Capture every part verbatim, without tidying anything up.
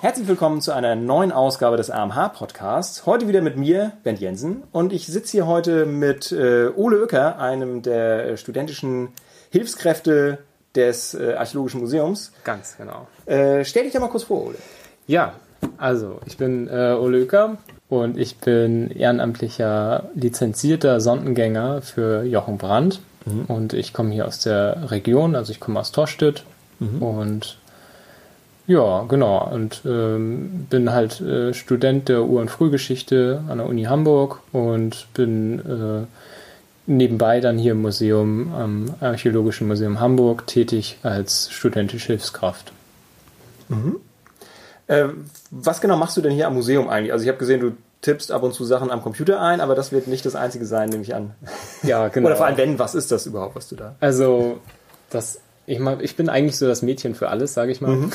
Herzlich willkommen zu einer neuen Ausgabe des A M H-Podcasts. Heute wieder mit mir, Bernd Jensen. Und ich sitze hier heute mit äh, Ole Uecker, einem der studentischen Hilfskräfte des äh, Archäologischen Museums. Ganz genau. Äh, stell dich ja mal kurz vor, Ole. Ja, also ich bin äh, Ole Uecker und ich bin ehrenamtlicher lizenzierter Sondengänger für Jochen Brandt. Mhm. Und ich komme hier aus der Region, also ich komme aus Torstedt. Mhm. Und ja, genau. Und ähm, bin halt äh, Student der Ur- und Frühgeschichte an der Uni Hamburg und bin äh, nebenbei dann hier im Museum, am Archäologischen Museum Hamburg, tätig als studentische Hilfskraft. Mhm. Äh, was genau machst du denn hier am Museum eigentlich? Also ich habe gesehen, du tippst ab und zu Sachen am Computer ein, aber das wird nicht das Einzige sein, nehme ich an. Ja, genau. Oder vor allem, wenn, was ist das überhaupt, was du da... Also, das... Ich, mag, ich bin eigentlich so das Mädchen für alles, sage ich mal. Mhm.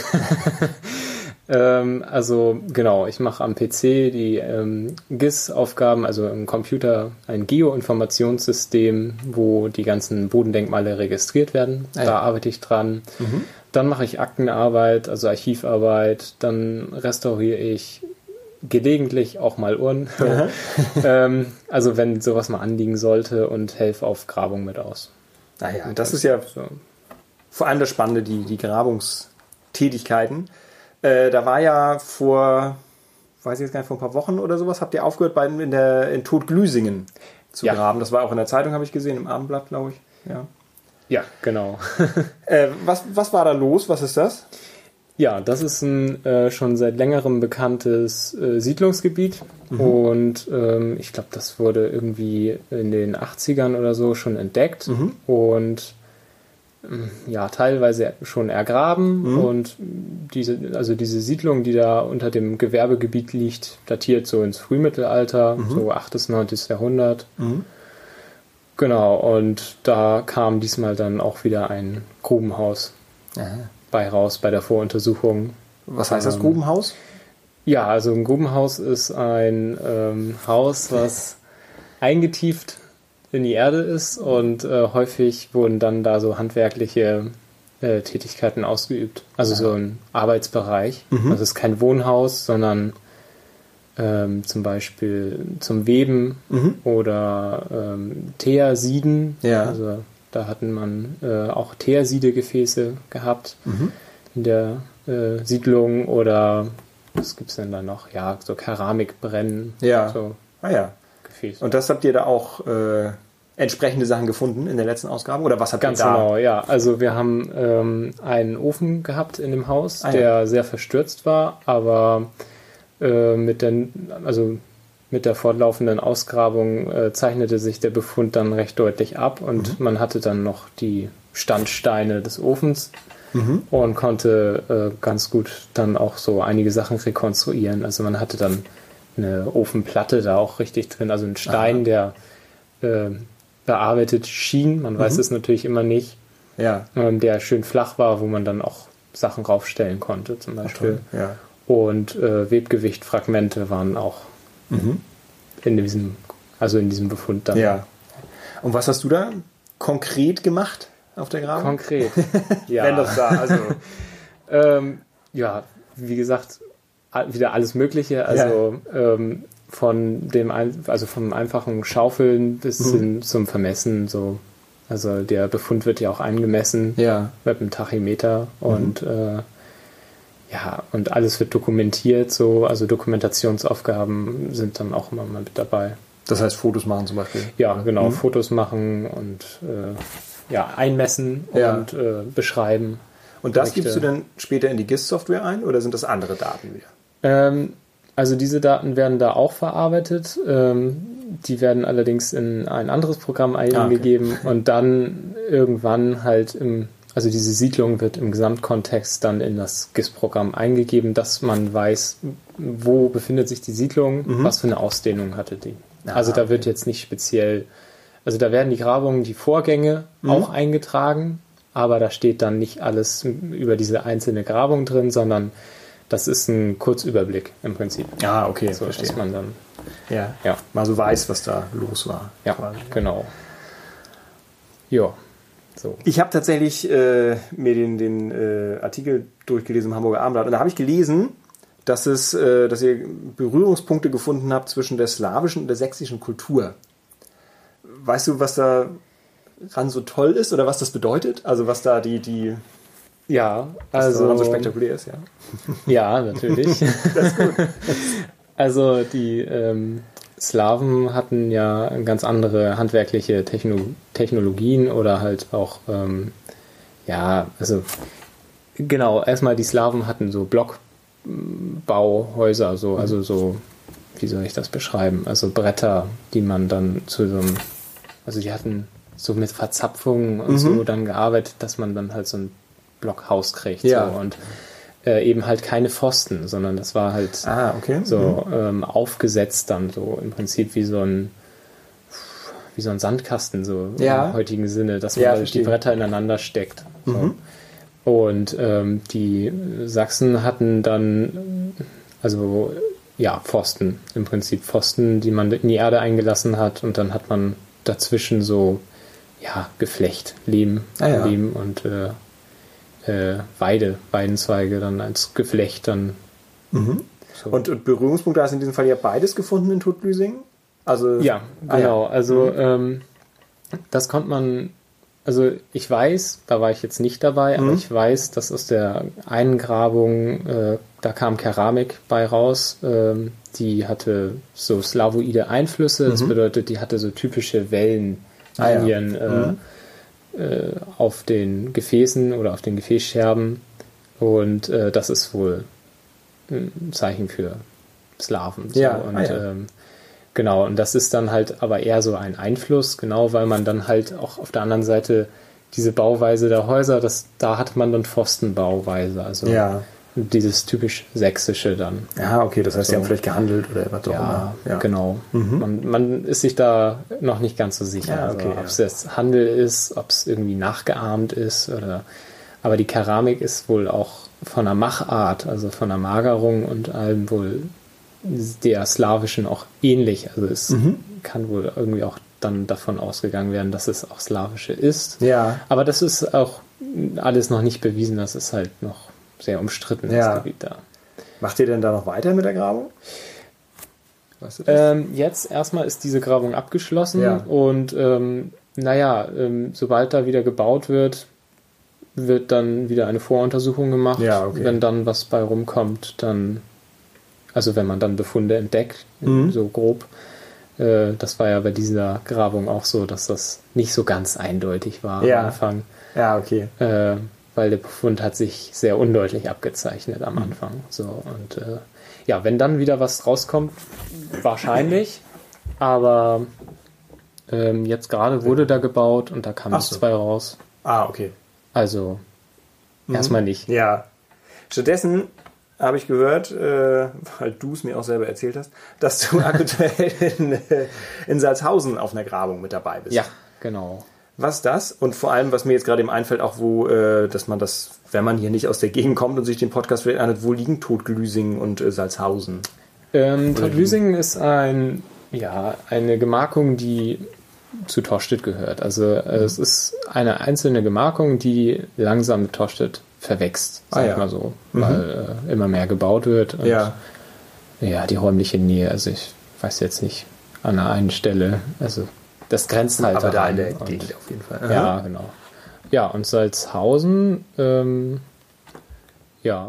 ähm, also genau, ich mache am P C die ähm, G I S-Aufgaben, also im Computer ein Geoinformationssystem, wo die ganzen Bodendenkmale registriert werden. Ah, ja. Da arbeite ich dran. Mhm. Dann mache ich Aktenarbeit, also Archivarbeit. Dann restauriere ich gelegentlich auch mal Uhren. ähm, also wenn sowas mal anliegen sollte, und helfe auf Grabung mit aus. Ah ja, das ist ja... So. Vor allem das Spannende, die, die Grabungstätigkeiten. Äh, da war ja vor, weiß ich jetzt gar nicht, vor ein paar Wochen oder sowas, habt ihr aufgehört, bei, in, der, in Todglüsingen zu ja. graben. Das war auch in der Zeitung, habe ich gesehen, im Abendblatt, glaube ich. Ja, ja, genau. äh, was, was war da los? Was ist das? Ja, das ist ein äh, schon seit längerem bekanntes äh, Siedlungsgebiet. Mhm. Und ähm, ich glaube, das wurde irgendwie in den achtzigern oder so schon entdeckt. Mhm. Und ja, teilweise schon ergraben, mhm. und diese, also diese Siedlung, die da unter dem Gewerbegebiet liegt, datiert so ins Frühmittelalter, mhm. so achtes, neuntes Jahrhundert. Mhm. Genau, und da kam diesmal dann auch wieder ein Grubenhaus Aha. bei raus bei der Voruntersuchung. Was heißt das Grubenhaus? Ja, also ein Grubenhaus ist ein ähm, Haus, was eingetieft in die Erde ist, und äh, häufig wurden dann da so handwerkliche äh, Tätigkeiten ausgeübt. Also ja. so ein Arbeitsbereich. Mhm. Also es ist kein Wohnhaus, sondern ähm, zum Beispiel zum Weben mhm. oder ähm, Teersieden. Ja. Also da hatten man äh, auch Teersiedegefäße gehabt mhm. in der äh, Siedlung, oder was gibt es denn da noch? Ja, so Keramikbrennen. Ja. So. Ah ja. Gefäße. Und das habt ihr da auch äh, entsprechende Sachen gefunden in der letzten Ausgabe? Oder was habt Ganz ihr da? Ganz genau, ja. Also wir haben ähm, einen Ofen gehabt in dem Haus, ah, der ja. sehr verstürzt war, aber äh, mit, den, also mit der fortlaufenden Ausgrabung äh, zeichnete sich der Befund dann recht deutlich ab, und mhm. man hatte dann noch die Standsteine des Ofens mhm. und konnte äh, ganz gut dann auch so einige Sachen rekonstruieren. Also man hatte dann eine Ofenplatte da auch richtig drin, also ein Stein, Aha. der äh, bearbeitet schien, man mhm. weiß es natürlich immer nicht, ja. ähm, der schön flach war, wo man dann auch Sachen raufstellen konnte zum Beispiel. Ach, ja. Und äh, Webgewichtfragmente waren auch mhm. in diesem, also in diesem Befund dann. Ja. Und was hast du da konkret gemacht auf der Grabung? Konkret, ja. Wenn das da, also... ähm, ja, wie gesagt, wieder alles Mögliche, also ja. ähm, von dem ein, also vom einfachen Schaufeln bis mhm. hin zum Vermessen, so. Also der Befund wird ja auch eingemessen ja. mit einem Tachymeter mhm. und äh, ja, und alles wird dokumentiert, so, also Dokumentationsaufgaben sind dann auch immer mal mit dabei. Das heißt Fotos machen zum Beispiel? Ja, genau, mhm. Fotos machen und äh, ja, einmessen ja. und äh, beschreiben. Und das Berichte. Gibst du dann später in die G I S-Software ein, oder sind das andere Daten wieder? Ähm, also diese Daten werden da auch verarbeitet. Ähm, die werden allerdings in ein anderes Programm eingegeben ah, okay. und dann irgendwann halt im, also diese Siedlung wird im Gesamtkontext dann in das G I S-Programm eingegeben, dass man weiß, wo befindet sich die Siedlung, mhm. was für eine Ausdehnung hatte die. Ah, also da okay. wird jetzt nicht speziell, also da werden die Grabungen, die Vorgänge mhm. auch eingetragen, aber da steht dann nicht alles über diese einzelne Grabung drin, sondern das ist ein Kurzüberblick im Prinzip. Ah, okay, so, verstehe. Dass man dann ja, ja. mal so weiß, was da los war. Ja, quasi. Genau. Ja, so. Ich habe tatsächlich äh, mir den, den äh, Artikel durchgelesen im Hamburger Abendblatt, und da habe ich gelesen, dass es, äh, dass ihr Berührungspunkte gefunden habt zwischen der slawischen und der sächsischen Kultur. Weißt du, was da ran so toll ist oder was das bedeutet? Also was da die, die ja, also also so spektakulär ist, ja. Ja, natürlich. Das ist gut. Also die ähm, Slawen hatten ja ganz andere handwerkliche Techno- Technologien oder halt auch, ähm, ja, also genau, erstmal die Slawen hatten so Blockbauhäuser, so, also so, wie soll ich das beschreiben? Also Bretter, die man dann zu so einem, also die hatten so mit Verzapfungen und mhm. so dann gearbeitet, dass man dann halt so ein Blockhaus kriegt. Ja. So, und äh, eben halt keine Pfosten, sondern das war halt ah, okay. so mhm. ähm, aufgesetzt dann so im Prinzip wie so ein wie so ein Sandkasten so ja. im heutigen Sinne, dass man ja, halt die Bretter ineinander steckt. So. Mhm. Und ähm, die Sachsen hatten dann also ja Pfosten, im Prinzip Pfosten, die man in die Erde eingelassen hat und dann hat man dazwischen so ja Geflecht, Lehm, ah, ja. Lehm und äh, äh, Weide, Weidenzweige dann als Geflecht dann. Mhm. So. Und, und Berührungspunkte hast du in diesem Fall ja beides gefunden in Todtlüsing? Also ja, genau. Ah, ja. Also mhm. ähm, das konnte man, also ich weiß, da war ich jetzt nicht dabei, mhm. aber ich weiß, dass aus der einen Grabung, äh, da kam Keramik bei raus, ähm, die hatte so slavoide Einflüsse, mhm. das bedeutet, die hatte so typische Wellenlinien ah, ja. äh, mhm. äh, auf den Gefäßen oder auf den Gefäßscherben und äh, das ist wohl ein Zeichen für Slawen. So. Ja, und ah, ja. ähm, genau, und das ist dann halt aber eher so ein Einfluss, genau, weil man dann halt auch auf der anderen Seite diese Bauweise der Häuser, das, da hat man dann Pfostenbauweise, also ja. dieses typisch Sächsische dann. Ja, okay, das heißt, so. sie haben vielleicht gehandelt oder was auch ja, immer. Ja, genau. Mhm. Man, man ist sich da noch nicht ganz so sicher, ja, okay, also, ob es ja. jetzt Handel ist, ob es irgendwie nachgeahmt ist, oder aber die Keramik ist wohl auch von der Machart, also von der Magerung und allem wohl der slawischen auch ähnlich. Also es mhm. kann wohl irgendwie auch dann davon ausgegangen werden, dass es auch slawische ist. Ja. Aber das ist auch alles noch nicht bewiesen, das ist halt noch sehr umstritten, ja. das Gebiet da. Macht ihr denn da noch weiter mit der Grabung? Weißt du das? Ähm, jetzt erstmal ist diese Grabung abgeschlossen ja. und ähm, naja, ähm, sobald da wieder gebaut wird, wird dann wieder eine Voruntersuchung gemacht. Ja, okay. Wenn dann was bei rumkommt, dann, also wenn man dann Befunde entdeckt, mhm. so grob. Äh, das war ja bei dieser Grabung auch so, dass das nicht so ganz eindeutig war ja. am Anfang. Ja, okay. Äh, weil der Befund hat sich sehr undeutlich abgezeichnet am mhm. Anfang. So, und äh, ja, wenn dann wieder was rauskommt, wahrscheinlich, aber ähm, jetzt gerade wurde da gebaut und da kamen Ach es so. zwei raus. Ah, okay. Also mhm. erstmal nicht. Ja. Stattdessen habe ich gehört, äh, weil du es mir auch selber erzählt hast, dass du aktuell in, äh, in Salzhausen auf einer Grabung mit dabei bist. Ja, genau. Was ist das? Und vor allem, was mir jetzt gerade eben einfällt, auch wo, äh, dass man das, wenn man hier nicht aus der Gegend kommt und sich den Podcast vielleicht anhört, wo liegen Todtlüsing und äh, Salzhausen? Ähm, Todtlüsing ist ein, ja, eine Gemarkung, die zu Torstedt gehört. Also äh, mhm. es ist eine einzelne Gemarkung, die langsam mit Torstedt verwächst, sag ah, ich ja. mal so, mhm. weil äh, immer mehr gebaut wird. Und, ja. ja, die räumliche Nähe, also ich weiß jetzt nicht an der einen Stelle, also das grenzt halt aber da in daran. der Gegend auf jeden Fall. Aha. Ja, genau. Ja, und Salzhausen, ähm, ja.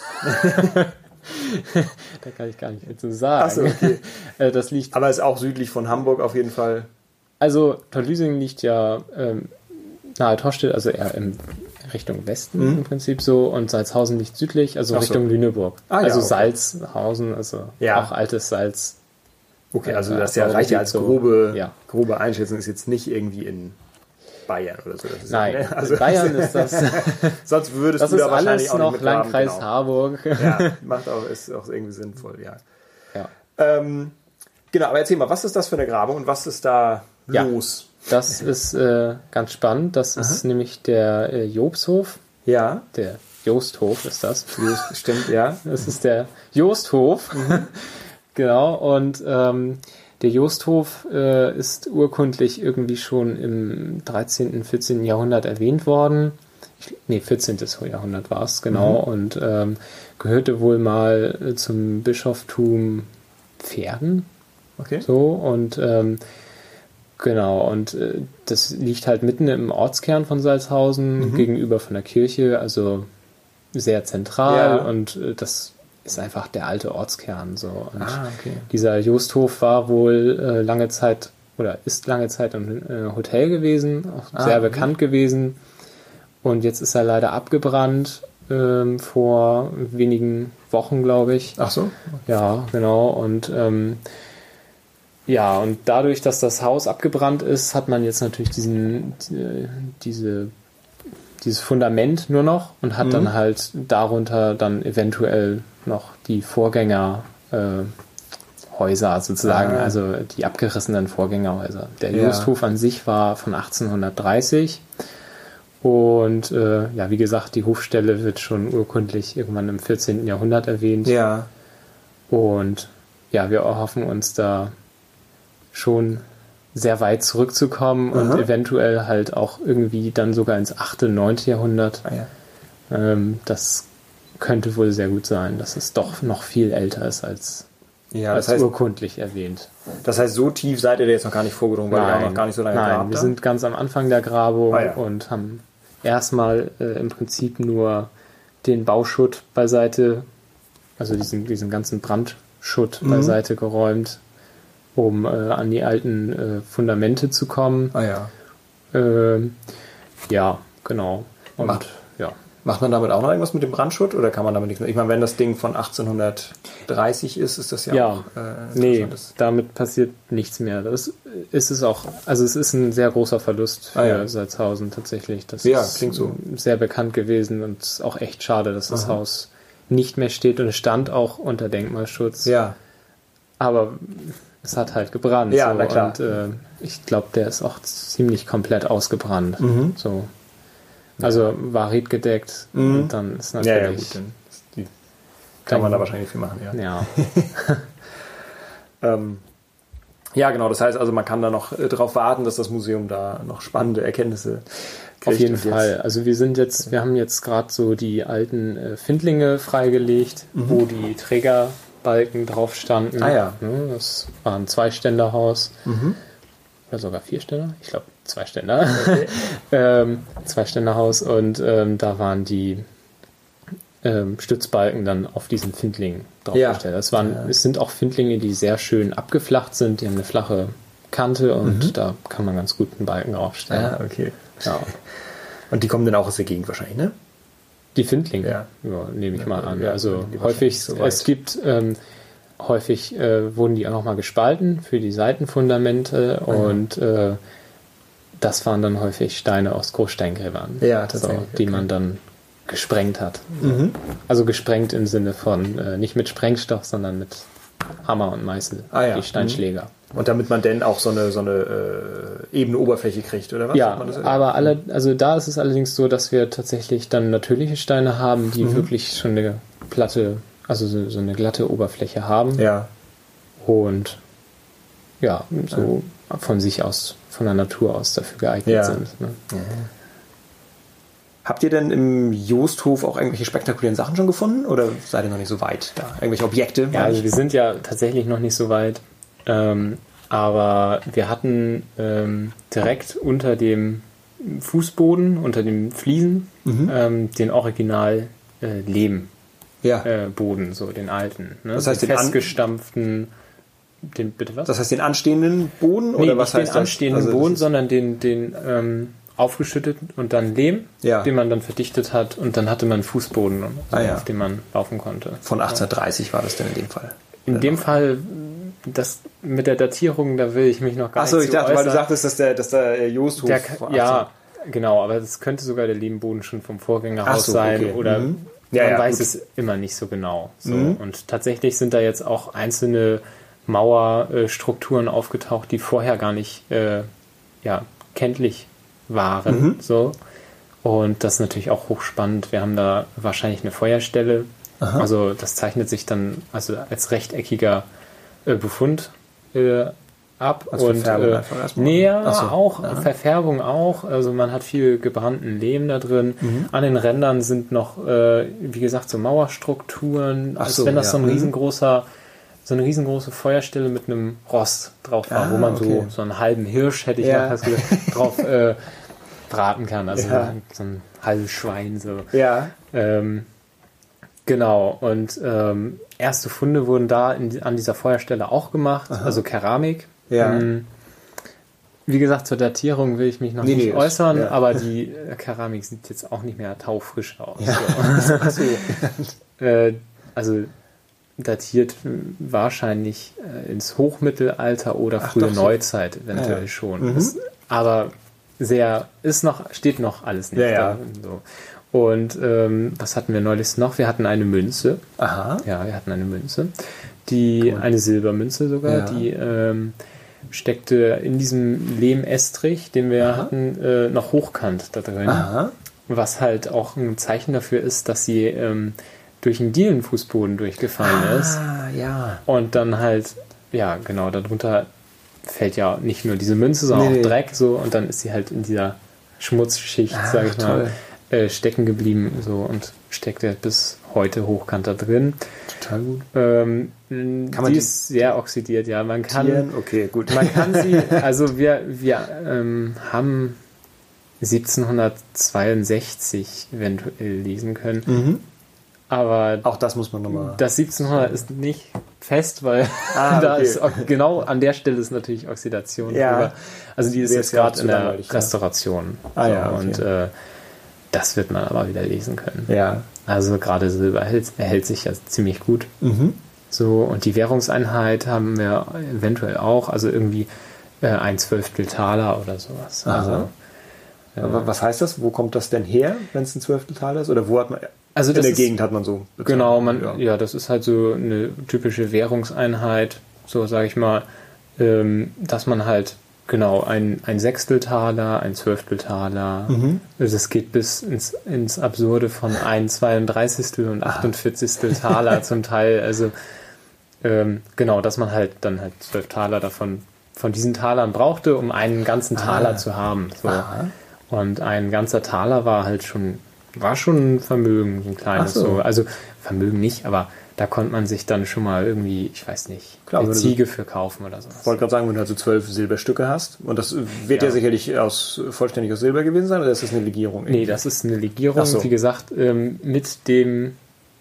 Da kann ich gar nicht mehr zu sagen. Ach so, okay. Das liegt, aber ist auch südlich von Hamburg auf jeden Fall. Also Todtlüsing liegt ja ähm, nahe Torstedt, also eher in Richtung Westen mhm. im Prinzip so, und Salzhausen liegt südlich, also Ach Richtung so. Lüneburg. Ah, ja, also okay. Salzhausen, also ja. auch altes Salz. Okay, also äh, das ja reicht ja als so, grobe, ja. grobe Einschätzung, ist jetzt nicht irgendwie in Bayern oder so. Das ist Nein, ja, also in Bayern ist das. Sonst würdest das du da ist wahrscheinlich alles auch noch nicht Landkreis genau. Harburg. Ja, macht auch, ist auch irgendwie sinnvoll, ja. ja. Ähm, genau, aber erzähl mal, was ist das für eine Grabung und was ist da ja, los? Das ist äh, ganz spannend. Das Aha. ist nämlich der äh, Jobshof. Ja. Der Josthof ist das. Just, stimmt, ja. Das ist der Josthof. Mhm. Genau, und ähm, der Josthof äh, ist urkundlich irgendwie schon im dreizehnten, vierzehnten Jahrhundert erwähnt worden. nee, vierzehntes Jahrhundert war es, genau, mhm. und ähm, gehörte wohl mal zum Bischoftum Pferden. Okay. So, und ähm, genau, und äh, das liegt halt mitten im Ortskern von Salzhausen, mhm. gegenüber von der Kirche, also sehr zentral, ja. und äh, das ist einfach der alte Ortskern. So. Und ah, okay. dieser Josthof war wohl äh, lange Zeit oder ist lange Zeit ein äh, Hotel gewesen, auch ah, sehr okay. bekannt gewesen. Und jetzt ist er leider abgebrannt ähm, vor wenigen Wochen, glaube ich. Ach so? Okay. Ja, genau. Und ähm, ja, und dadurch, dass das Haus abgebrannt ist, hat man jetzt natürlich diesen, äh, diese, dieses Fundament nur noch und hat mhm. dann halt darunter dann eventuell noch die Vorgängerhäuser äh, sozusagen, ah. also die abgerissenen Vorgängerhäuser. Der ja. Josthof an sich war von achtzehnhundertdreißig und äh, ja, wie gesagt, die Hofstelle wird schon urkundlich irgendwann im vierzehnten Jahrhundert erwähnt. Ja. Und ja, wir hoffen uns da schon sehr weit zurückzukommen Aha. und eventuell halt auch irgendwie dann sogar ins achte, neunte Jahrhundert. Ah, ja. ähm, das könnte wohl sehr gut sein, dass es doch noch viel älter ist als, ja, als das heißt, urkundlich erwähnt. Das heißt, so tief seid ihr jetzt noch gar nicht vorgedrungen, weil nein, ihr auch noch gar nicht so lange nein, gehabt habt? Wir sind ganz am Anfang der Grabung ah, ja. und haben erstmal äh, im Prinzip nur den Bauschutt beiseite, also diesen, diesen ganzen Brandschutt mhm. beiseite geräumt, um äh, an die alten äh, Fundamente zu kommen. Ah ja. Ähm, ja, genau. Und Macht, ja. Macht man damit auch noch irgendwas mit dem Brandschutt oder kann man damit nichts mehr? Ich meine, wenn das Ding von achtzehnhundertdreißig ist, ist das ja, ja auch äh, nee, damit passiert nichts mehr. Das ist es auch, also es ist ein sehr großer Verlust für ah, ja. Salzhausen tatsächlich. Das ja, ist klingt so. Sehr bekannt gewesen und es ist auch echt schade, dass das Aha. Haus nicht mehr steht und es stand auch unter Denkmalschutz. Ja. Aber es hat halt gebrannt. Ja, so. na klar. Und äh, ich glaube, der ist auch ziemlich komplett ausgebrannt. Mhm. So. Also Varit gedeckt mhm. und dann ist natürlich... Ja, ja, gut, dann die, kann man da wahrscheinlich viel machen, ja. Ja. ähm, ja, genau, das heißt also, man kann da noch äh, darauf warten, dass das Museum da noch spannende Erkenntnisse kriegt. Auf jeden Fall. Jetzt. Also wir sind jetzt, wir haben jetzt gerade so die alten äh, Findlinge freigelegt, mhm. wo die Trägerbalken drauf standen. Ah ja. Das war ein Zweiständerhaus. Mhm. Oder sogar Vierständer? Ich glaube zwei Ständer. Okay. ähm, Zweiständerhaus und ähm, da waren die ähm, Stützbalken dann auf diesen Findlingen draufgestellt. Ja. Es waren, ja. es sind auch Findlinge, die sehr schön abgeflacht sind. Die haben eine flache Kante und mhm. da kann man ganz gut einen Balken draufstellen. Ah, okay. Ja. Und die kommen dann auch aus der Gegend wahrscheinlich, ne? Die Findlinge, ja. ja, nehme ich ja, mal an. Ja, also häufig, so es gibt ähm, häufig äh, wurden die auch nochmal gespalten für die Seitenfundamente mhm. und äh, das waren dann häufig Steine aus Großsteingräbern, ja, tatsächlich, so, die okay. man dann gesprengt hat. Mhm. Also gesprengt im Sinne von äh, nicht mit Sprengstoff, sondern mit Hammer und Meißel, ah, ja. die Steinschläger. Und damit man dann auch so eine, so eine äh, ebene Oberfläche kriegt, oder was? Ja, aber alle, also da ist es allerdings so, dass wir tatsächlich dann natürliche Steine haben, die mhm. wirklich schon eine platte, also so, so eine glatte Oberfläche haben. Ja. Und ja, so ja. von sich aus, von der Natur aus dafür geeignet ja. sind. Ne? Ja. Habt ihr denn im Josthof auch irgendwelche spektakulären Sachen schon gefunden oder seid ihr noch nicht so weit da? Irgendwelche Objekte? Ja, also wir sind ja tatsächlich noch nicht so weit. Ähm, aber wir hatten ähm, direkt unter dem Fußboden, unter den Fliesen, mhm. ähm, den Original äh, Lehmboden, ja. äh, so den alten. Ne? Das heißt, den, den festgestampften, den, bitte was? Das heißt den anstehenden Boden? Nee, oder nicht was heißt den das? anstehenden also, Boden, sondern den, den ähm, aufgeschütteten und dann Lehm, ja. den man dann verdichtet hat und dann hatte man einen Fußboden, so, ah, ja. auf dem man laufen konnte. Von achtzehnhundertdreißig ja. war das denn in dem Fall? In ja. dem Fall, das mit der Datierung, da will ich mich noch gar Ach so, nicht ich dachte, äußern. weil du sagtest, dass der, dass der Josthof... Der, ja, genau, aber das könnte sogar der Lehmboden schon vom Vorgängerhaus so, sein okay. oder mhm. ja, man ja, weiß gut. es immer nicht so genau. So. Mhm. Und tatsächlich sind da jetzt auch einzelne Mauerstrukturen aufgetaucht, die vorher gar nicht äh, ja, kenntlich waren. Mhm. So. Und das ist natürlich auch hochspannend. Wir haben da wahrscheinlich eine Feuerstelle. Aha. Also das zeichnet sich dann also als rechteckiger äh, Befund äh, ab. Also und Verfärbung äh, einfach erstmal? Nee, ja, so. auch, ja. Verfärbung auch. Also man hat viel gebrannten Lehm da drin. Mhm. An den Rändern sind noch, äh, wie gesagt, so Mauerstrukturen, Ach als so, wenn das ja. so ein mhm. riesengroßer, so eine riesengroße Feuerstelle mit einem Rost drauf war, ah, wo man okay. so, so einen halben Hirsch, hätte ich ja. mal fast gesagt, drauf äh, braten kann. Also ja. so ein halbes Schwein. So. Ja. Ähm, genau. Und ähm, erste Funde wurden da in, an dieser Feuerstelle auch gemacht, Aha. also Keramik. Ja. Ähm, wie gesagt, zur Datierung will ich mich noch nee, nicht nee, äußern, ist, ja. aber die äh, Keramik sieht jetzt auch nicht mehr taufrisch aus. Ja. So. äh, also datiert wahrscheinlich äh, ins Hochmittelalter oder Ach, frühe so. Neuzeit eventuell ja, ja. schon. Mhm. Das, aber sehr, ist noch, steht noch alles nicht. Ja, ja. So. Und ähm, was hatten wir neulich noch? Wir hatten eine Münze. Aha. Ja, wir hatten eine Münze. Die, cool. Eine Silbermünze sogar, ja. die ähm, steckte in diesem Lehmestrich, den wir Aha. hatten, äh, noch hochkant da drin. Aha. Was halt auch ein Zeichen dafür ist, dass sie ähm, durch den Dielenfußboden durchgefallen ah, ist. Ja. Und dann halt, ja, genau, darunter fällt ja nicht nur diese Münze, sondern nee, auch Dreck so und dann ist sie halt in dieser Schmutzschicht, ah, sag ich toll. mal, äh, stecken geblieben so und steckt ja bis heute hochkant da drin. Total gut. Ähm, kann die man die ist sehr oxidiert, ja. Man kann, okay, gut. Man kann sie, also wir, wir ähm, haben siebzehnhundertzweiundsechzig eventuell lesen können. Mhm. Aber auch das muss man nochmal. Das siebzehnhundert ist nicht fest, weil ah, da okay. ist genau an der Stelle ist natürlich Oxidation. Ja. Drüber. Also die ist jetzt gerade in der Restauration. Ah, so, ja, okay. Und äh, das wird man aber wieder lesen können. Ja. Also gerade Silber erhält, erhält sich ja ziemlich gut. Mhm. So, und die Währungseinheit haben wir eventuell auch, also irgendwie äh, ein Zwölftel Taler oder sowas. Aha. Also, äh, aber was heißt das? Wo kommt das denn her, wenn es ein Zwölftel Taler ist? Oder wo hat man. Also in der ist, Gegend hat man so bezahlt. Genau, man, ja. ja, das ist halt so eine typische Währungseinheit, so sage ich mal, ähm, dass man halt genau ein, ein Sechsteltaler, ein Zwölfteltaler, mhm. also es geht bis ins, ins Absurde von ein Zweiunddreißigstel und achtundvierzigstel Taler zum Teil, also ähm, genau, dass man halt dann halt zwölf Taler davon von diesen Talern brauchte, um einen ganzen Taler ah. zu haben. So. Und ein ganzer Taler war halt schon war schon ein Vermögen, ein kleines so. so. Also Vermögen nicht, aber da konnte man sich dann schon mal irgendwie, ich weiß nicht, Klar, eine Ziege so, für kaufen oder so. Ich wollte gerade sagen, wenn du also zwölf Silberstücke hast, und das wird ja, ja sicherlich aus, vollständig aus Silber gewesen sein, oder ist das eine Legierung? Nee, das ist eine Legierung, so. Wie gesagt, ähm, mit dem,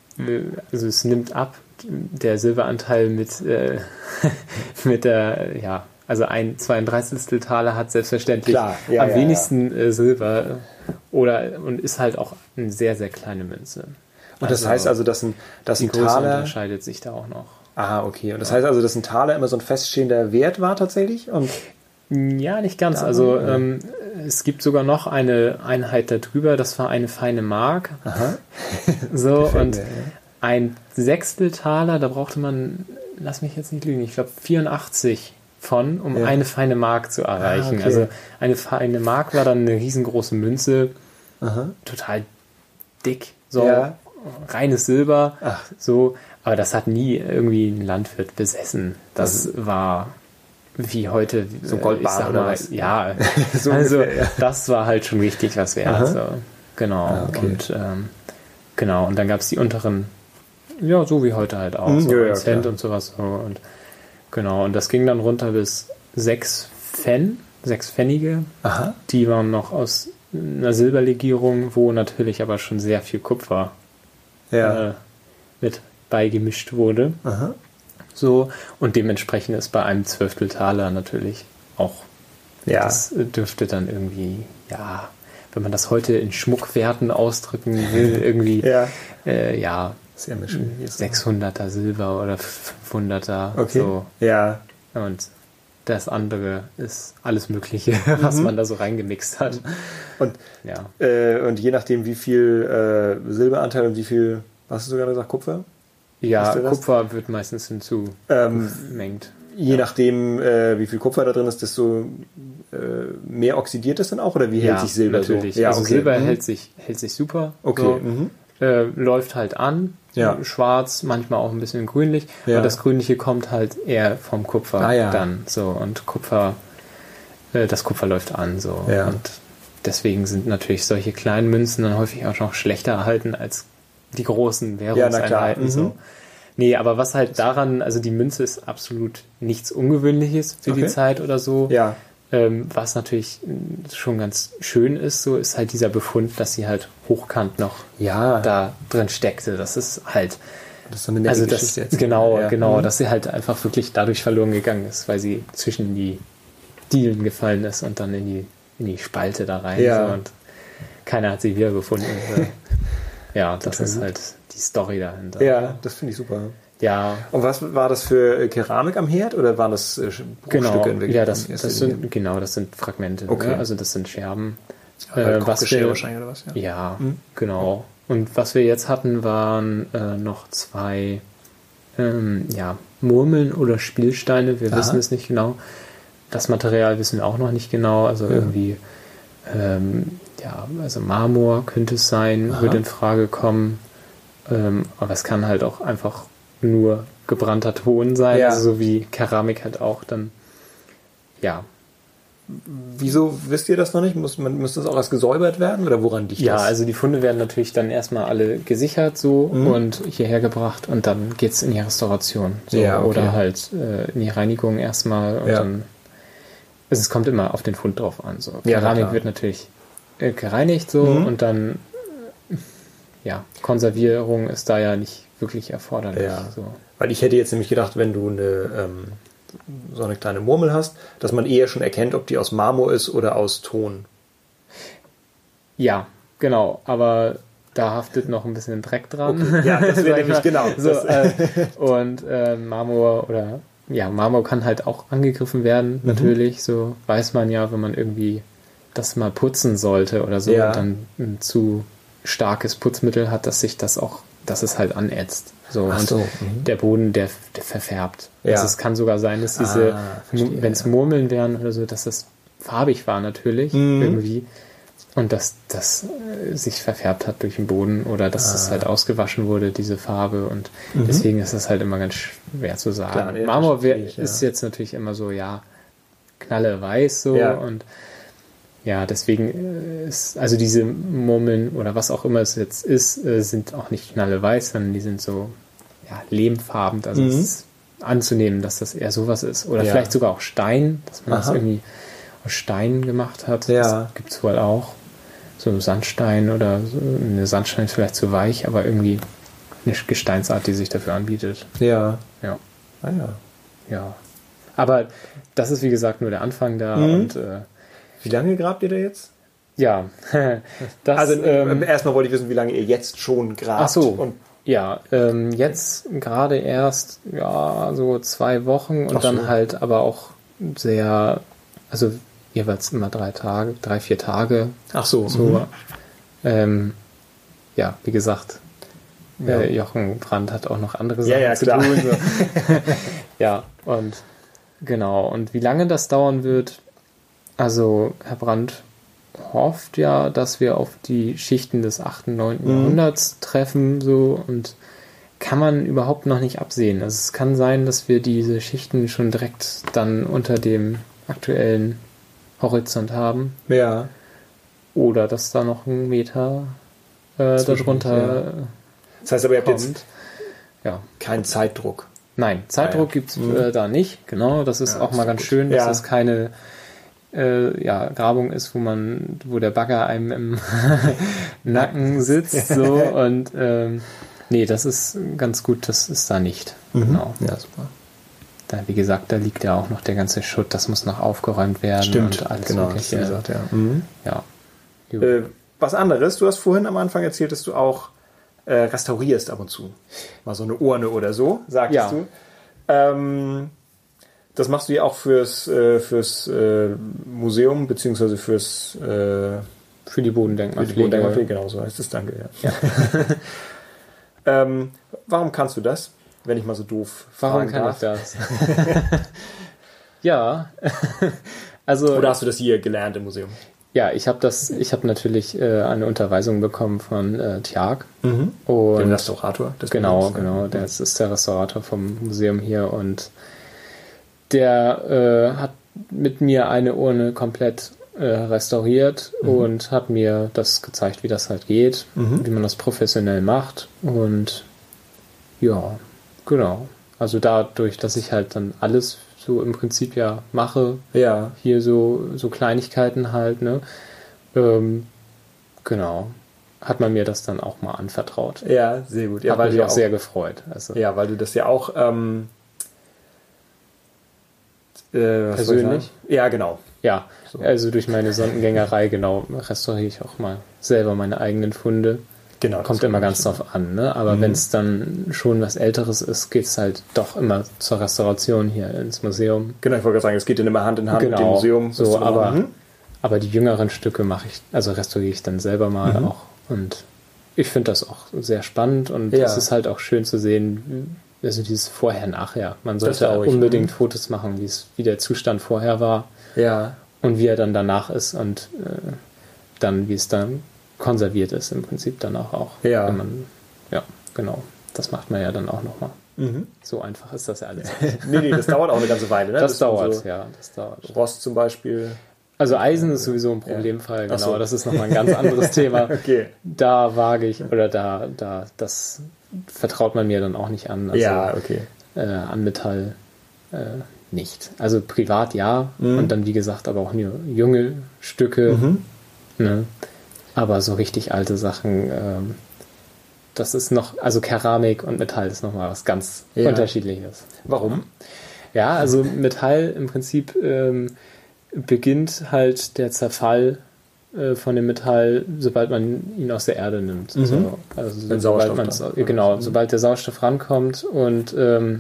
also es nimmt ab, der Silberanteil mit, äh, mit der, ja, also ein zweiunddreißigstel Taler hat selbstverständlich Klar, ja, am ja, wenigsten ja. Silber oder und ist halt auch eine sehr, sehr kleine Münze. Und das also, heißt also, dass ein, dass ein Taler unterscheidet sich da auch noch. Ah, okay. Und das ja. heißt also, dass ein Taler immer so ein feststehender Wert war tatsächlich? Und ja, nicht ganz. Also ähm, es gibt sogar noch eine Einheit darüber, das war eine feine Mark. Aha. So, und ja. ein Sechsteltaler, da brauchte man, lass mich jetzt nicht lügen, ich glaube vierundachtzig von, um ja. eine feine Mark zu erreichen. Ah, okay. Also eine feine Mark war dann eine riesengroße Münze, Aha. total dick, so ja. reines Silber, Ach. so, aber das hat nie irgendwie ein Landwirt besessen. Das mhm. war wie heute so Goldbar oder mal, was? Ja, so also ungefähr, ja. das war halt schon richtig was wert. So. Genau. Ah, okay. Und ähm, genau, und dann gab es die unteren, ja, so wie heute halt auch, mhm, so ja, ein Cent klar. und sowas. So. Und genau, und das ging dann runter bis sechs Pfenn, sechs Pfennige. Aha. Die waren noch aus einer Silberlegierung, wo natürlich aber schon sehr viel Kupfer ja. äh, mit beigemischt wurde. Aha. So, und dementsprechend ist bei einem Zwölfteltaler natürlich auch, ja. das dürfte dann irgendwie, ja, wenn man das heute in Schmuckwerten ausdrücken will, irgendwie, ja, äh, ja sehr sechshunderter Silber oder fünfhunderter. Okay. So. Ja. Und das andere ist alles Mögliche, was mhm. man da so reingemixt hat. Und, ja. äh, und je nachdem, wie viel äh, Silberanteil und wie viel, was hast du gerade gesagt, Kupfer? Ja, Kupfer wird meistens hinzugemengt. Ähm, je ja. nachdem, äh, wie viel Kupfer da drin ist, desto äh, mehr oxidiert es dann auch? Oder wie hält ja, sich Silber natürlich. so? Ja, also okay. Silber mhm. hält sich, hält sich super. Okay. So. Mhm. äh, läuft halt an. Ja. Schwarz, manchmal auch ein bisschen grünlich. Ja. Und das Grünliche kommt halt eher vom Kupfer ah, ja. dann. So, und Kupfer, äh, das Kupfer läuft an. So. Ja. Und deswegen sind natürlich solche kleinen Münzen dann häufig auch noch schlechter erhalten als die großen Währungseinheiten. Ja, so. mhm. Nee, aber was halt daran, also die Münze ist absolut nichts Ungewöhnliches für okay. die Zeit oder so. Ja. Ähm, was natürlich schon ganz schön ist, so ist halt dieser Befund, dass sie halt hochkant noch ja. da drin steckte. Das ist halt, das ist so eine nette also das, Geschichte jetzt. genau, ja. genau, mhm. dass sie halt einfach wirklich dadurch verloren gegangen ist, weil sie zwischen die Dielen gefallen ist und dann in die, in die Spalte da rein. Ja. So, und keiner hat sie wiedergefunden. Ja, das ist halt die Story dahinter. Ja, das finde ich super. Ja. Und was war das für Keramik am Herd oder waren das äh, genau, in ja, das, das sind genau, das sind Fragmente. Okay. Ne? Also das sind Scherben. Äh, äh, was wir, wahrscheinlich oder was? Ja, ja mhm. genau. Und was wir jetzt hatten, waren äh, noch zwei ähm, ja, Murmeln oder Spielsteine. Wir Aha. wissen es nicht genau. Das Material wissen wir auch noch nicht genau. Also ja. irgendwie ähm, ja, also Marmor könnte es sein, Aha. würde in Frage kommen. Ähm, aber es kann halt auch einfach nur gebrannter Ton sein, ja. also so wie Keramik halt auch dann, ja. Wieso wisst ihr das noch nicht? Muss, man, muss das auch erst gesäubert werden oder woran liegt ja, das? Ja, also die Funde werden natürlich dann erstmal alle gesichert so mhm. und hierher gebracht und dann geht es in die Restauration so, ja, okay. oder halt äh, in die Reinigung erstmal und ja. dann, also es kommt immer auf den Fund drauf an. So. Ja, Keramik klar. wird natürlich äh, gereinigt so mhm. und dann ja, Konservierung ist da ja nicht wirklich erforderlich. Ja, so. Weil ich hätte jetzt nämlich gedacht, wenn du eine, ähm, so eine kleine Murmel hast, dass man eher schon erkennt, ob die aus Marmor ist oder aus Ton. Ja, genau. Aber da haftet noch ein bisschen Dreck dran. Okay. Ja, das wäre nämlich genau. So, äh, und äh, Marmor oder ja, Marmor kann halt auch angegriffen werden, mhm. natürlich. So weiß man ja, wenn man irgendwie das mal putzen sollte oder so ja. und dann ein zu starkes Putzmittel hat, dass sich das auch, dass es halt anätzt. So, Ach und so. Mhm. der Boden, der, der verfärbt. Ja. Also es kann sogar sein, dass diese, ah, wenn es Murmeln wären oder so, dass das farbig war natürlich, mhm. irgendwie. Und dass das äh, sich verfärbt hat durch den Boden oder dass es ah. halt ausgewaschen wurde, diese Farbe. Und mhm. deswegen ist das halt immer ganz schwer zu sagen. Klar, ja, Marmor wär, ich, ja. ist jetzt natürlich immer so, ja, knalleweiß so ja. und ja, deswegen ist, also diese Murmeln oder was auch immer es jetzt ist, sind auch nicht knalleweiß, sondern die sind so, ja, lehmfarben. Also mhm. es ist anzunehmen, dass das eher sowas ist. Oder ja. vielleicht sogar auch Stein, dass man Aha. das irgendwie aus Stein gemacht hat. Ja. Das gibt es wohl auch. So Sandstein oder so. Eine Sandstein ist vielleicht zu weich, aber irgendwie eine Gesteinsart, die sich dafür anbietet. Ja. Ja. Ah ja. Ja. Aber das ist wie gesagt nur der Anfang da mhm. und äh, wie lange grabt ihr da jetzt? Ja, das, also ähm, erstmal wollte ich wissen, wie lange ihr jetzt schon grabt. Ach so, und ja, ähm, jetzt gerade erst ja so zwei Wochen und Ach so. dann halt aber auch sehr, also jeweils immer drei Tage, drei, vier Tage. Ach so. so mhm. ähm, ja, wie gesagt, ja. äh, Jochen Brandt hat auch noch andere Sachen ja, ja, zu klar. tun. So. Ja, und genau. Und wie lange das dauern wird, also Herr Brandt hofft ja, dass wir auf die Schichten des achten, neunten Mhm. Jahrhunderts treffen, so, und kann man überhaupt noch nicht absehen. Also es kann sein, dass wir diese Schichten schon direkt dann unter dem aktuellen Horizont haben. Ja. Oder dass da noch ein Meter äh, darunter ja. Das heißt aber, ihr habt kommt. jetzt ja. keinen Zeitdruck. Nein, Zeitdruck ah, ja. gibt es mhm. äh, da nicht. Genau, das ist ja, auch das mal ist ganz gut. schön, dass ja. es keine äh, ja, Grabung ist, wo man, wo der Bagger einem im Nacken sitzt. So, und ähm, nee, das ist ganz gut, das ist da nicht. Mhm. Genau. Ja, super. Da, wie gesagt, da liegt ja auch noch der ganze Schutt, das muss noch aufgeräumt werden. Stimmt, und alles genau, Mögliche. hast du gesagt, ja. Mhm. Ja. Äh, was anderes, du hast vorhin am Anfang erzählt, dass du auch äh, restaurierst ab und zu. Mal so eine Urne oder so, sagtest ja. du. Ähm, das machst du ja auch fürs, äh, fürs äh, Museum, beziehungsweise fürs äh, für die Bodendenkmalpflege. Für die Bodendenkmalpflege, genau so heißt es, danke. Ja. Ja. ähm, warum kannst du das, wenn ich mal so doof Warum fragen kann darf? ich das? Ja, also... Oder hast du das hier gelernt im Museum? Ja, ich habe das, ich habe natürlich äh, eine Unterweisung bekommen von äh, Tjag. Mhm. Und den Restaurator. Des genau, Museums. genau. Der ist, ist der Restaurator vom Museum hier und der äh, hat mit mir eine Urne komplett äh, restauriert mhm. und hat mir das gezeigt, wie das halt geht, mhm. wie man das professionell macht. Und ja, genau. Also dadurch, dass ich halt dann alles so im Prinzip ja mache, ja. hier so, so Kleinigkeiten halt, ne? Ähm, genau. Hat man mir das dann auch mal anvertraut. Ja, sehr gut. Ja, Hat weil mich auch, auch sehr gefreut. Also, ja, weil du das ja auch ähm, äh, persönlich? Ja, genau. Ja, so. Also durch meine Sondengängerei, genau, restauriere ich auch mal selber meine eigenen Funde. Genau. Kommt immer ganz drauf an, ne? Aber mhm. wenn es dann schon was Älteres ist, geht es halt doch immer zur Restauration hier ins Museum. Genau, ich wollte gerade sagen, es geht dann immer Hand in Hand genau. mit dem Museum. So, aber, mhm. aber die jüngeren Stücke mache ich, also restauriere ich dann selber mal mhm. auch. Und ich finde das auch sehr spannend und ja. es ist halt auch schön zu sehen, also dieses Vorher-Nachher. Man sollte auch unbedingt mhm. Fotos machen, wie der Zustand vorher war ja. und wie er dann danach ist und äh, dann, wie es dann konserviert ist im Prinzip dann auch. auch ja. Wenn man, ja, genau. Das macht man ja dann auch nochmal. Mhm. So einfach ist das ja alles. nee, nee, das dauert auch eine ganze Weile. Ne? Das, das dauert, so ja. Das dauert. Rost zum Beispiel. Also Eisen ist sowieso ein Problemfall, ja. genau. So. Das ist nochmal ein ganz anderes Thema. Okay. Da wage ich, oder da, da, das vertraut man mir dann auch nicht an. Also, ja, okay. Äh, an Metall äh, nicht. Also privat ja. Mhm. Und dann, wie gesagt, aber auch nur junge Stücke. Mhm. Ne? Aber so richtig alte Sachen, ähm, das ist noch, also Keramik und Metall ist nochmal was ganz ja. Unterschiedliches. Warum? Ja, also Metall im Prinzip ähm, beginnt halt der Zerfall äh, von dem Metall, sobald man ihn aus der Erde nimmt. Mhm. So, also Wenn sobald Sauerstoff man genau, mhm. sobald der Sauerstoff rankommt und ähm,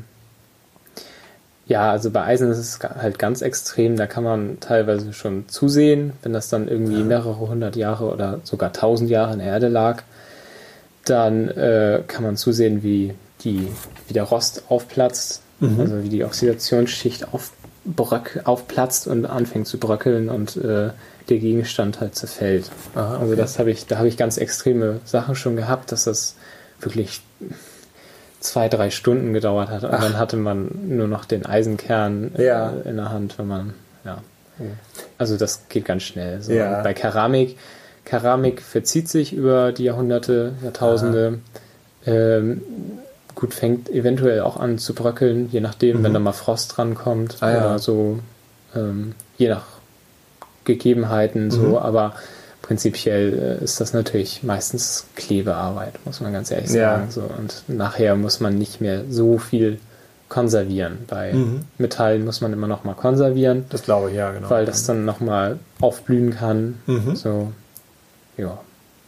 ja, also bei Eisen ist es halt ganz extrem, da kann man teilweise schon zusehen, wenn das dann irgendwie mehrere hundert Jahre oder sogar tausend Jahre in der Erde lag, dann äh, kann man zusehen, wie, die, wie der Rost aufplatzt, mhm. also wie die Oxidationsschicht aufbröck, aufplatzt und anfängt zu bröckeln und äh, der Gegenstand halt zerfällt. Aha, okay. Also das habe ich, da habe ich ganz extreme Sachen schon gehabt, dass das wirklich zwei, drei Stunden gedauert hat und Ach. dann hatte man nur noch den Eisenkern ja. äh, in der Hand, wenn man, ja. Also das geht ganz schnell. So. Ja. Bei Keramik, Keramik verzieht sich über die Jahrhunderte, Jahrtausende. Ähm, gut, fängt eventuell auch an zu bröckeln, je nachdem, mhm. wenn da mal Frost drankommt ah, ja. oder so, ähm, je nach Gegebenheiten, mhm. so, aber prinzipiell ist das natürlich meistens Klebearbeit, muss man ganz ehrlich sagen. Ja. So. Und nachher muss man nicht mehr so viel konservieren. Bei mhm. Metallen muss man immer noch mal konservieren. Das glaube ich, ja, genau. Weil das dann noch mal aufblühen kann. Mhm. So, ja.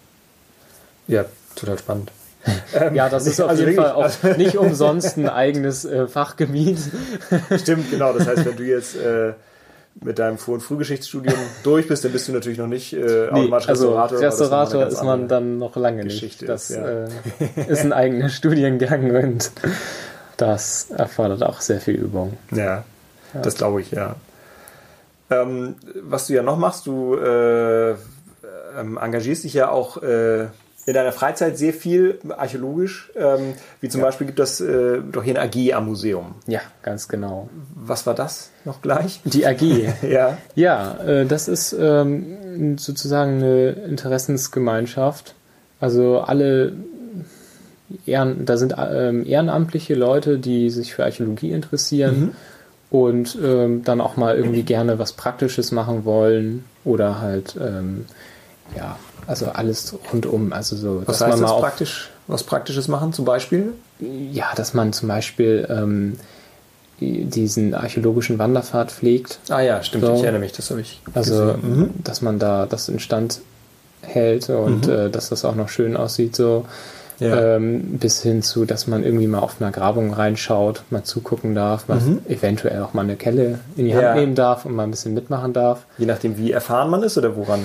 Ja, total spannend. Ja, das ist auf also jeden Fall auch nicht umsonst ein eigenes äh, Fachgebiet. Stimmt, genau. Das heißt, wenn du jetzt äh, mit deinem Vor- und Frühgeschichtsstudium durch bist, dann bist du natürlich noch nicht äh, automatisch nee, also Restaurator. Restaurator ist man dann noch lange Geschichte nicht. Das ist, ja. äh, ist ein eigener Studiengang und das erfordert auch sehr viel Übung. Ja, ja. Das glaube ich, ja. Ähm, was du ja noch machst, du äh, ähm, engagierst dich ja auch äh, in deiner Freizeit sehr viel archäologisch, ähm, wie zum ja. Beispiel gibt es äh, doch hier eine A G am Museum. Ja, ganz genau. Was war das noch gleich? Die A G. ja. Ja, äh, das ist ähm, sozusagen eine Interessensgemeinschaft. Also alle Ehren, da sind ähm, ehrenamtliche Leute, die sich für Archäologie interessieren mhm. und ähm, dann auch mal irgendwie gerne was Praktisches machen wollen oder halt ähm, ja, also alles rundum. Also so, was dass heißt man mal das praktisch, was Praktisches machen zum Beispiel? Ja, dass man zum Beispiel ähm, diesen archäologischen Wanderpfad pflegt. Ah ja, stimmt, so. Ich erinnere mich, das habe ich Also, mhm. dass man da das instand hält und mhm. äh, dass das auch noch schön aussieht, so. Ja. Ähm, bis hin zu, dass man irgendwie mal auf einer Grabung reinschaut, mal zugucken darf, mal mhm. eventuell auch mal eine Kelle in die Hand ja. nehmen darf und mal ein bisschen mitmachen darf. Je nachdem, wie erfahren man ist oder woran?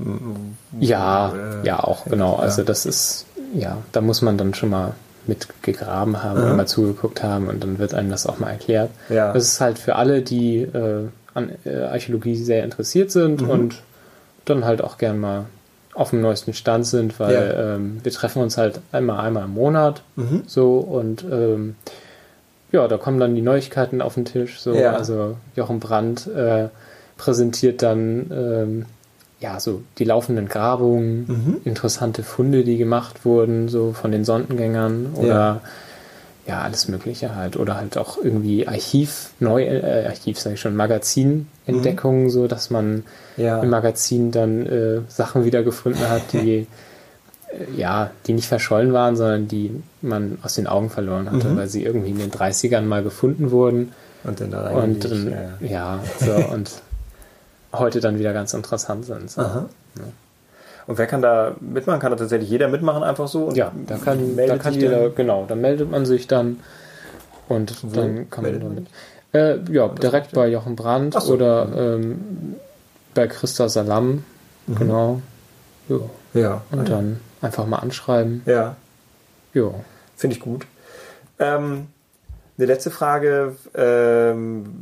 Ja, äh, ja, auch genau. Ja. Also das ist, ja, da muss man dann schon mal mitgegraben haben mhm. oder mal zugeguckt haben und dann wird einem das auch mal erklärt. Ja. Das ist halt für alle, die äh, an äh, Archäologie sehr interessiert sind mhm. und dann halt auch gern mal auf dem neuesten Stand sind, weil ja. ähm, wir treffen uns halt einmal, einmal im Monat mhm. so und ähm, ja, da kommen dann die Neuigkeiten auf den Tisch. So. Ja. Also Jochen Brandt äh, präsentiert dann ähm, ja so die laufenden Grabungen, mhm. interessante Funde, die gemacht wurden, so von den Sondengängern oder ja. ja, alles Mögliche halt. Oder halt auch irgendwie Archiv, neu, äh, Archiv sage ich schon, Magazinentdeckungen, mhm. so dass man ja. im Magazin dann äh, Sachen wiedergefunden hat, die äh, ja, die nicht verschollen waren, sondern die man aus den Augen verloren hatte, mhm. weil sie irgendwie in den dreißigern mal gefunden wurden. Und dann da und dann, ja, ja so, und heute dann wieder ganz interessant sind. So. Aha. Ja. Und wer kann da mitmachen? Kann da tatsächlich jeder mitmachen, einfach so? Und ja, da kann, da kann jeder, genau, dann meldet man sich dann und Wo dann kann man damit. Äh, ja, direkt bei Jochen Brandt so. oder ähm, bei Christa Salam, mhm. genau. Jo. Ja. Und dann einfach mal anschreiben. Ja. Ja. Finde ich gut. Ähm, eine letzte Frage. Ähm,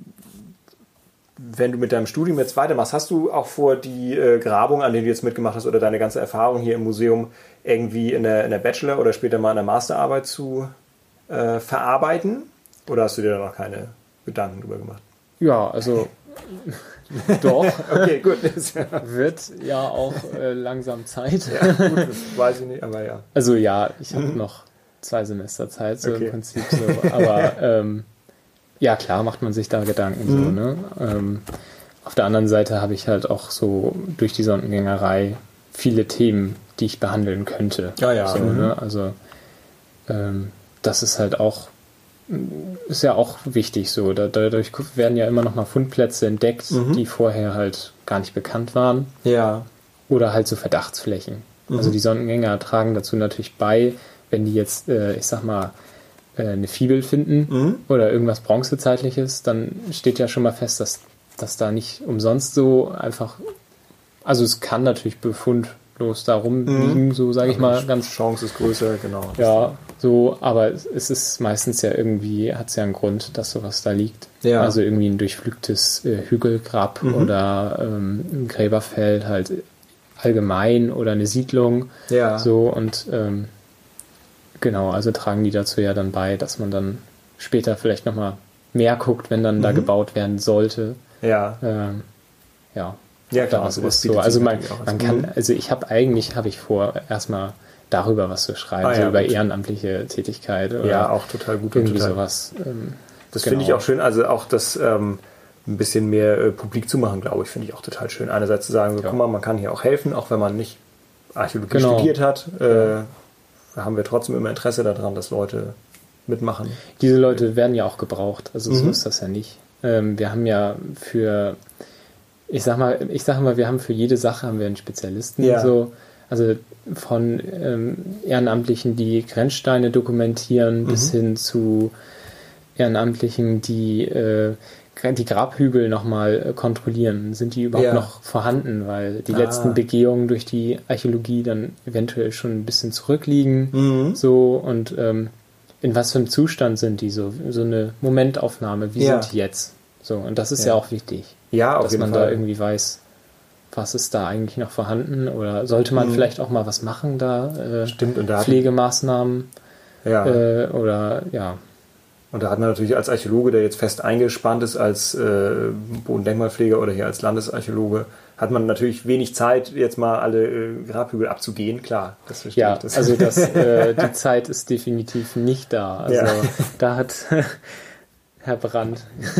wenn du mit deinem Studium jetzt weitermachst, hast du auch vor, die äh, Grabung, an denen du jetzt mitgemacht hast, oder deine ganze Erfahrung hier im Museum irgendwie in der, in der Bachelor- oder später mal in der Masterarbeit zu äh, verarbeiten? Oder hast du dir da noch keine Gedanken drüber gemacht? Ja, also doch. Okay, gut. Wird ja auch äh, langsam Zeit. Ja, gut, das weiß ich nicht, aber ja. Also ja, ich habe mhm. noch zwei Semester Zeit, so okay. im Prinzip so. Aber ähm, ja, klar macht man sich da Gedanken. Mhm. So, ne? Ähm, auf der anderen Seite habe ich halt auch so durch die Sondengängerei viele Themen, die ich behandeln könnte. Ja, ja. So, mhm. ne? Also ähm, das ist halt auch ist ja auch wichtig so. Da, dadurch werden ja immer noch mal Fundplätze entdeckt, mhm. die vorher halt gar nicht bekannt waren. Ja. Oder halt so Verdachtsflächen. Mhm. Also die Sondengänger tragen dazu natürlich bei, wenn die jetzt, äh, ich sag mal, äh, eine Fibel finden mhm. oder irgendwas Bronzezeitliches, dann steht ja schon mal fest, dass, dass da nicht umsonst so einfach, also es kann natürlich befundlos da rumliegen, mhm. so sage ich mal. Ganz, Chance ist größer, genau. Ja, so, aber es ist meistens ja irgendwie, hat es ja einen Grund, dass sowas da liegt. Ja. Also irgendwie ein durchflügtes äh, Hügelgrab mhm. oder ähm, ein Gräberfeld halt allgemein oder eine Siedlung. Ja. So und ähm, genau, also tragen die dazu ja dann bei, dass man dann später vielleicht nochmal mehr guckt, wenn dann mhm. da gebaut werden sollte. Ja. Ähm, ja. Ja, klar. Also, ist so. also man, man kann, also ich habe eigentlich, habe ich vor, erstmal darüber was zu schreiben, ah, ja, so über gut. ehrenamtliche Tätigkeit oder ja, auch total gut. Irgendwie total. sowas. Ähm, das genau. finde ich auch schön, also auch das ähm, ein bisschen mehr äh, publik zu machen, glaube ich, finde ich auch total schön. Einerseits zu sagen, so, ja. guck mal, man kann hier auch helfen, auch wenn man nicht Archäologie genau. studiert hat, äh, haben wir trotzdem immer Interesse daran, dass Leute mitmachen. Diese Leute werden ja auch gebraucht, also mhm. so ist das ja nicht. Ähm, wir haben ja für, ich sag mal, ich sag mal, wir haben für jede Sache haben wir einen Spezialisten, ja. so. Also von ähm, Ehrenamtlichen, die Grenzsteine dokumentieren, mhm. bis hin zu Ehrenamtlichen, die äh, die Grabhügel nochmal äh, kontrollieren. Sind die überhaupt ja. noch vorhanden? Weil die ah. letzten Begehungen durch die Archäologie dann eventuell schon ein bisschen zurückliegen. Mhm. So und ähm, in was für einem Zustand sind die? So, so eine Momentaufnahme. Wie ja. sind die jetzt? So, und das ist ja, ja auch wichtig. Ja, auf dass jeden man Fall. da irgendwie weiß, was ist da eigentlich noch vorhanden oder sollte man mhm. vielleicht auch mal was machen da? Äh, Stimmt, und da Pflegemaßnahmen ja. äh, oder ja. Und da hat man natürlich als Archäologe, der jetzt fest eingespannt ist als äh, Bodendenkmalpfleger oder hier als Landesarchäologe, hat man natürlich wenig Zeit, jetzt mal alle äh, Grabhügel abzugehen. Klar, das verstehe ja, ich. Das. Also das, äh, die Zeit ist definitiv nicht da. Also ja. da hat Herr Brandt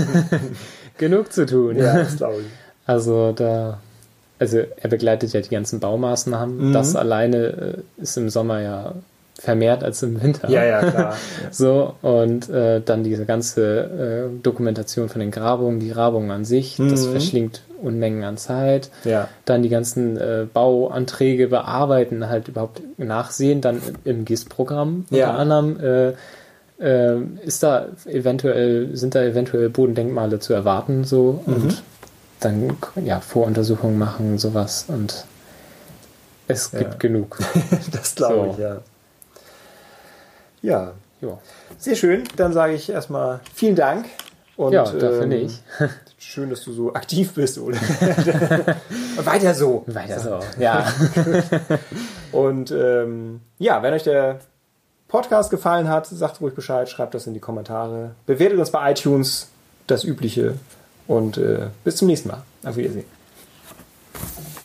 genug zu tun. Ja, das glaube ich. Also da Also er begleitet ja die ganzen Baumaßnahmen. Mhm. Das alleine äh, ist im Sommer ja vermehrt als im Winter. Ja, ja, klar. So, und äh, dann diese ganze äh, Dokumentation von den Grabungen, die Grabungen an sich, mhm. das verschlingt Unmengen an Zeit. Ja. Dann die ganzen äh, Bauanträge bearbeiten, halt überhaupt nachsehen, dann im G I S-Programm unter ja. anderem äh, äh, ist da eventuell, sind da eventuell Bodendenkmale zu erwarten, so mhm. und dann ja Voruntersuchungen machen, sowas, und es gibt ja. genug. Das glaube so. ich, ja. Ja, jo. Sehr schön. Dann sage ich erstmal vielen Dank Und, ja, dafür ähm, nicht. Schön, dass du so aktiv bist, oder? Und weiter so. Weiter so, ja. Und ähm, ja, wenn euch der Podcast gefallen hat, sagt ruhig Bescheid, schreibt das in die Kommentare. Bewertet uns bei iTunes, das Übliche. Und äh, bis zum nächsten Mal. Auf Wiedersehen.